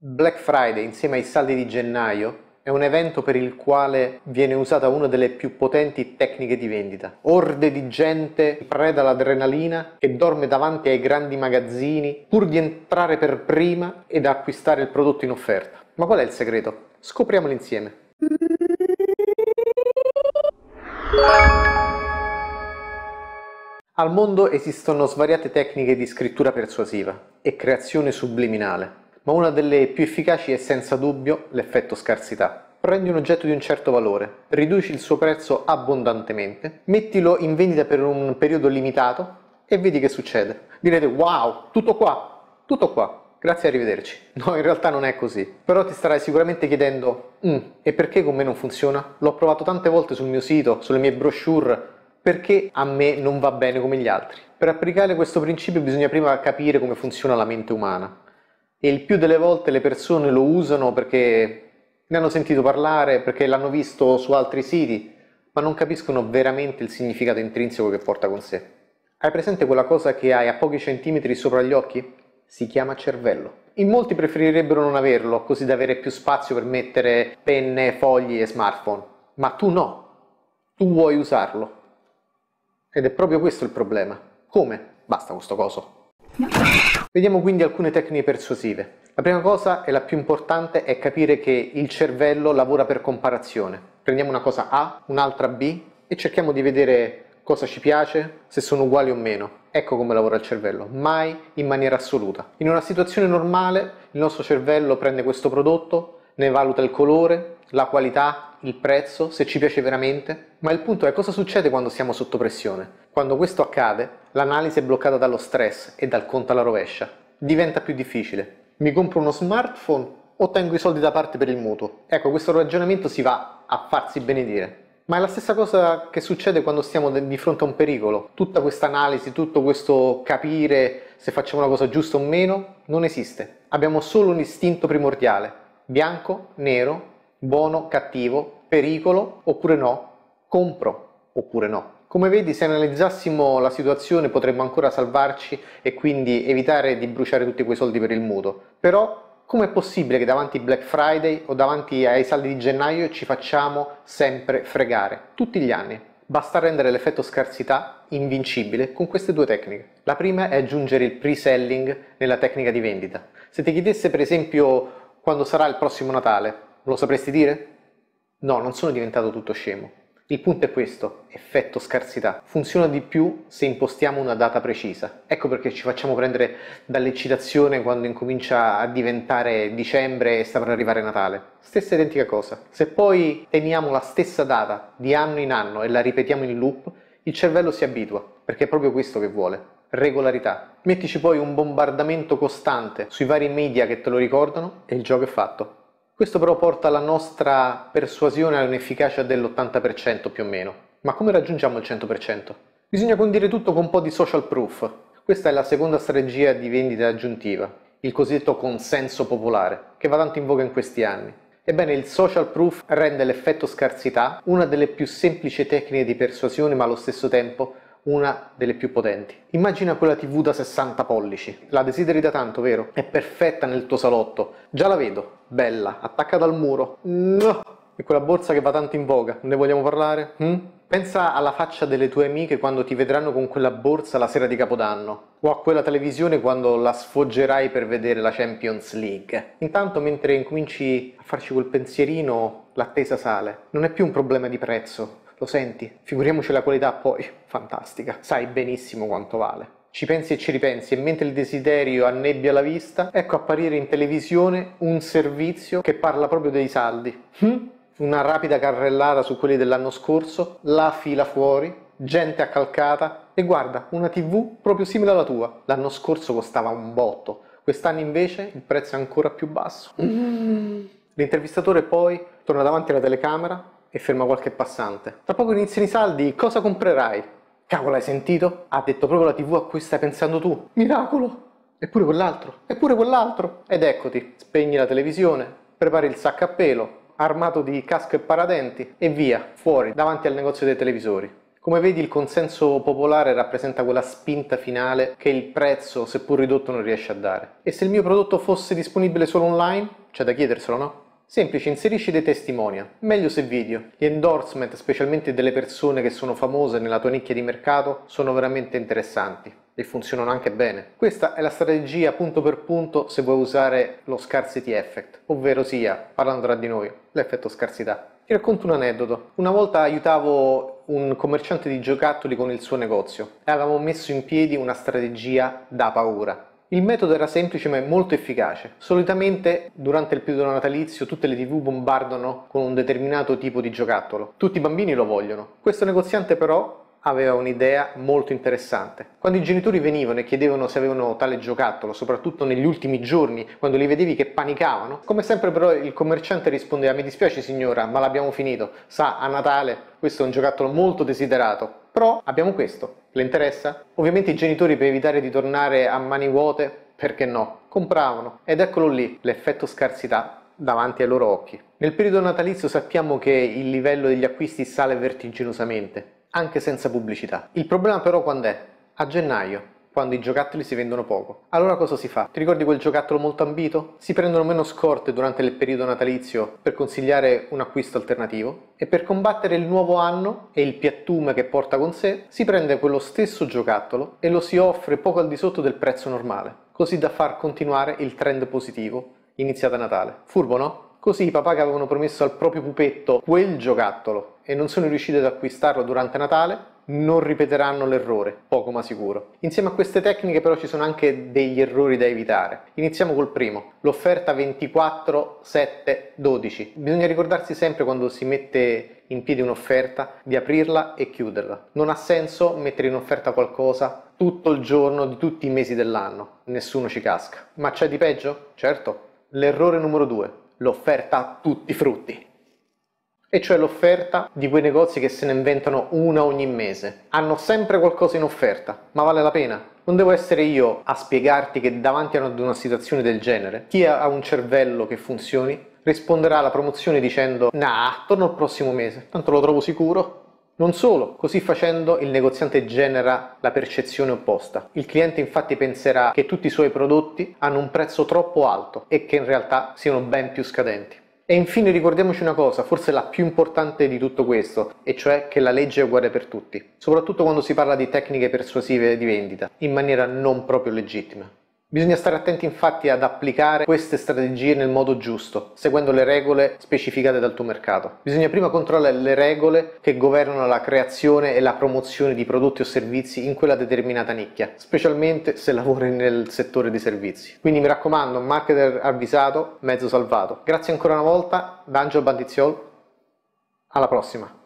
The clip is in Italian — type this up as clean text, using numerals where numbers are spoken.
Black Friday insieme ai saldi di gennaio è un evento per il quale viene usata una delle più potenti tecniche di vendita. Orde di gente preda all'adrenalina che dorme davanti ai grandi magazzini pur di entrare per prima ed acquistare il prodotto in offerta. Ma qual è il segreto? Scopriamolo insieme. Al mondo esistono svariate tecniche di scrittura persuasiva e creazione subliminale, ma una delle più efficaci è senza dubbio l'effetto scarsità. Prendi un oggetto di un certo valore, riduci il suo prezzo abbondantemente, mettilo in vendita per un periodo limitato e vedi che succede. Direte wow, tutto qua, grazie, arrivederci. No, in realtà non è così. Però ti starai sicuramente chiedendo, e perché con me non funziona? L'ho provato tante volte sul mio sito, sulle mie brochure, perché a me non va bene come gli altri? Per applicare questo principio bisogna prima capire come funziona la mente umana. E il più delle volte le persone lo usano perché ne hanno sentito parlare, perché l'hanno visto su altri siti, ma non capiscono veramente il significato intrinseco che porta con sé. Hai presente quella cosa che hai a pochi centimetri sopra gli occhi? Si chiama cervello. In molti preferirebbero non averlo, così da avere più spazio per mettere penne, fogli e smartphone. Ma tu no, tu vuoi usarlo. Ed è proprio questo il problema. Come? Basta questo coso. Vediamo quindi alcune tecniche persuasive. La prima cosa e la più importante è capire che il cervello lavora per comparazione. Prendiamo una cosa A, un'altra B e cerchiamo di vedere cosa ci piace, se sono uguali o meno. Ecco come lavora il cervello, mai in maniera assoluta. In una situazione normale il nostro cervello prende questo prodotto, ne valuta il colore, la qualità, il prezzo, se ci piace veramente, ma il punto è cosa succede quando siamo sotto pressione. Quando questo accade, l'analisi è bloccata dallo stress e dal conto alla rovescia. Diventa più difficile. Mi compro uno smartphone o tengo i soldi da parte per il mutuo? Ecco, questo ragionamento si va a farsi benedire. Ma è la stessa cosa che succede quando stiamo di fronte a un pericolo. Tutta questa analisi, tutto questo capire se facciamo una cosa giusta o meno, non esiste. Abbiamo solo un istinto primordiale. Bianco, nero, buono, cattivo, pericolo oppure no, compro oppure no. Come vedi, se analizzassimo la situazione potremmo ancora salvarci e quindi evitare di bruciare tutti quei soldi per il mutuo. Però com'è possibile che davanti a Black Friday o davanti ai saldi di gennaio ci facciamo sempre fregare? Tutti gli anni. Basta rendere l'effetto scarsità invincibile con queste due tecniche. La prima è aggiungere il pre-selling nella tecnica di vendita. Se ti chiedesse per esempio quando sarà il prossimo Natale, lo sapresti dire? No, non sono diventato tutto scemo. Il punto è questo, effetto scarsità. Funziona di più se impostiamo una data precisa. Ecco perché ci facciamo prendere dall'eccitazione quando incomincia a diventare dicembre e sta per arrivare Natale. Stessa identica cosa. Se poi teniamo la stessa data di anno in anno e la ripetiamo in loop, il cervello si abitua, perché è proprio questo che vuole. Regolarità. Mettici poi un bombardamento costante sui vari media che te lo ricordano e il gioco è fatto. Questo però porta la nostra persuasione a un'efficacia dell'80% più o meno. Ma come raggiungiamo il 100%? Bisogna condire tutto con un po' di social proof. Questa è la seconda strategia di vendita aggiuntiva, il cosiddetto consenso popolare, che va tanto in voga in questi anni. Ebbene, il social proof rende l'effetto scarsità una delle più semplici tecniche di persuasione, ma allo stesso tempo una delle più potenti. Immagina quella TV da 60 pollici. La desideri da tanto, vero? È perfetta nel tuo salotto. Già la vedo, bella, attaccata al muro. No! E quella borsa che va tanto in voga. Ne vogliamo parlare? Pensa alla faccia delle tue amiche quando ti vedranno con quella borsa la sera di Capodanno, o a quella televisione quando la sfoggerai per vedere la Champions League. Intanto, mentre incominci a farci quel pensierino, l'attesa sale. Non è più un problema di prezzo. Lo senti? Figuriamoci la qualità poi, fantastica, sai benissimo quanto vale. Ci pensi e ci ripensi e mentre il desiderio annebbia la vista, ecco apparire in televisione un servizio che parla proprio dei saldi. Una rapida carrellata su quelli dell'anno scorso, la fila fuori, gente accalcata e guarda, una TV proprio simile alla tua. L'anno scorso costava un botto, quest'anno invece il prezzo è ancora più basso. L'intervistatore poi torna davanti alla telecamera e ferma qualche passante. Tra poco iniziano i saldi, cosa comprerai? Cavolo, hai sentito? Ha detto proprio la TV a cui stai pensando tu. Miracolo! Eppure quell'altro, eppure quell'altro. Ed eccoti, spegni la televisione, prepari il sacco a pelo, armato di casco e paradenti e via, fuori, davanti al negozio dei televisori. Come vedi, il consenso popolare rappresenta quella spinta finale che il prezzo, seppur ridotto, non riesce a dare. E se il mio prodotto fosse disponibile solo online? C'è da chiederselo, no? Semplice, inserisci dei testimonial, meglio se video. Gli endorsement, specialmente delle persone che sono famose nella tua nicchia di mercato, sono veramente interessanti e funzionano anche bene. Questa è la strategia punto per punto se vuoi usare lo scarcity effect, ovvero sia, parlando tra di noi, l'effetto scarsità. Ti racconto un aneddoto. Una volta aiutavo un commerciante di giocattoli con il suo negozio e avevamo messo in piedi una strategia da paura. Il metodo era semplice ma molto efficace. Solitamente durante il periodo natalizio tutte le TV bombardano con un determinato tipo di giocattolo. Tutti i bambini lo vogliono. Questo negoziante però aveva un'idea molto interessante. Quando i genitori venivano e chiedevano se avevano tale giocattolo, soprattutto negli ultimi giorni, quando li vedevi che panicavano, come sempre però il commerciante rispondeva: mi dispiace signora, ma l'abbiamo finito. Sa, a Natale questo è un giocattolo molto desiderato, però abbiamo questo. Le interessa? Ovviamente i genitori, per evitare di tornare a mani vuote, perché no, compravano. Ed eccolo lì, l'effetto scarsità davanti ai loro occhi. Nel periodo natalizio sappiamo che il livello degli acquisti sale vertiginosamente, anche senza pubblicità. Il problema però quando è? A gennaio, quando i giocattoli si vendono poco. Allora cosa si fa? Ti ricordi quel giocattolo molto ambito? Si prendono meno scorte durante il periodo natalizio per consigliare un acquisto alternativo e per combattere il nuovo anno e il piattume che porta con sé, si prende quello stesso giocattolo e lo si offre poco al di sotto del prezzo normale, così da far continuare il trend positivo iniziato a Natale. Furbo, no? Così i papà che avevano promesso al proprio pupetto quel giocattolo e non sono riusciti ad acquistarlo durante Natale, non ripeteranno l'errore, poco ma sicuro. Insieme a queste tecniche però ci sono anche degli errori da evitare. Iniziamo col primo, l'offerta 24/7/12. Bisogna ricordarsi sempre, quando si mette in piedi un'offerta, di aprirla e chiuderla. Non ha senso mettere in offerta qualcosa tutto il giorno di tutti i mesi dell'anno, nessuno ci casca. Ma c'è di peggio? Certo. L'errore numero 2, l'offerta a tutti i frutti. E cioè l'offerta di quei negozi che se ne inventano una ogni mese. Hanno sempre qualcosa in offerta, ma vale la pena? Non devo essere io a spiegarti che davanti ad una situazione del genere, chi ha un cervello che funzioni risponderà alla promozione dicendo: nah, torno il prossimo mese, tanto lo trovo sicuro. Non solo, così facendo il negoziante genera la percezione opposta. Il cliente infatti penserà che tutti i suoi prodotti hanno un prezzo troppo alto e che in realtà siano ben più scadenti. E infine ricordiamoci una cosa, forse la più importante di tutto questo, e cioè che la legge è uguale per tutti, soprattutto quando si parla di tecniche persuasive di vendita, in maniera non proprio legittima. Bisogna stare attenti infatti ad applicare queste strategie nel modo giusto, seguendo le regole specificate dal tuo mercato. Bisogna prima controllare le regole che governano la creazione e la promozione di prodotti o servizi in quella determinata nicchia, specialmente se lavori nel settore dei servizi. Quindi mi raccomando, marketer avvisato, mezzo salvato. Grazie ancora una volta da Angelo Bandiziol, alla prossima!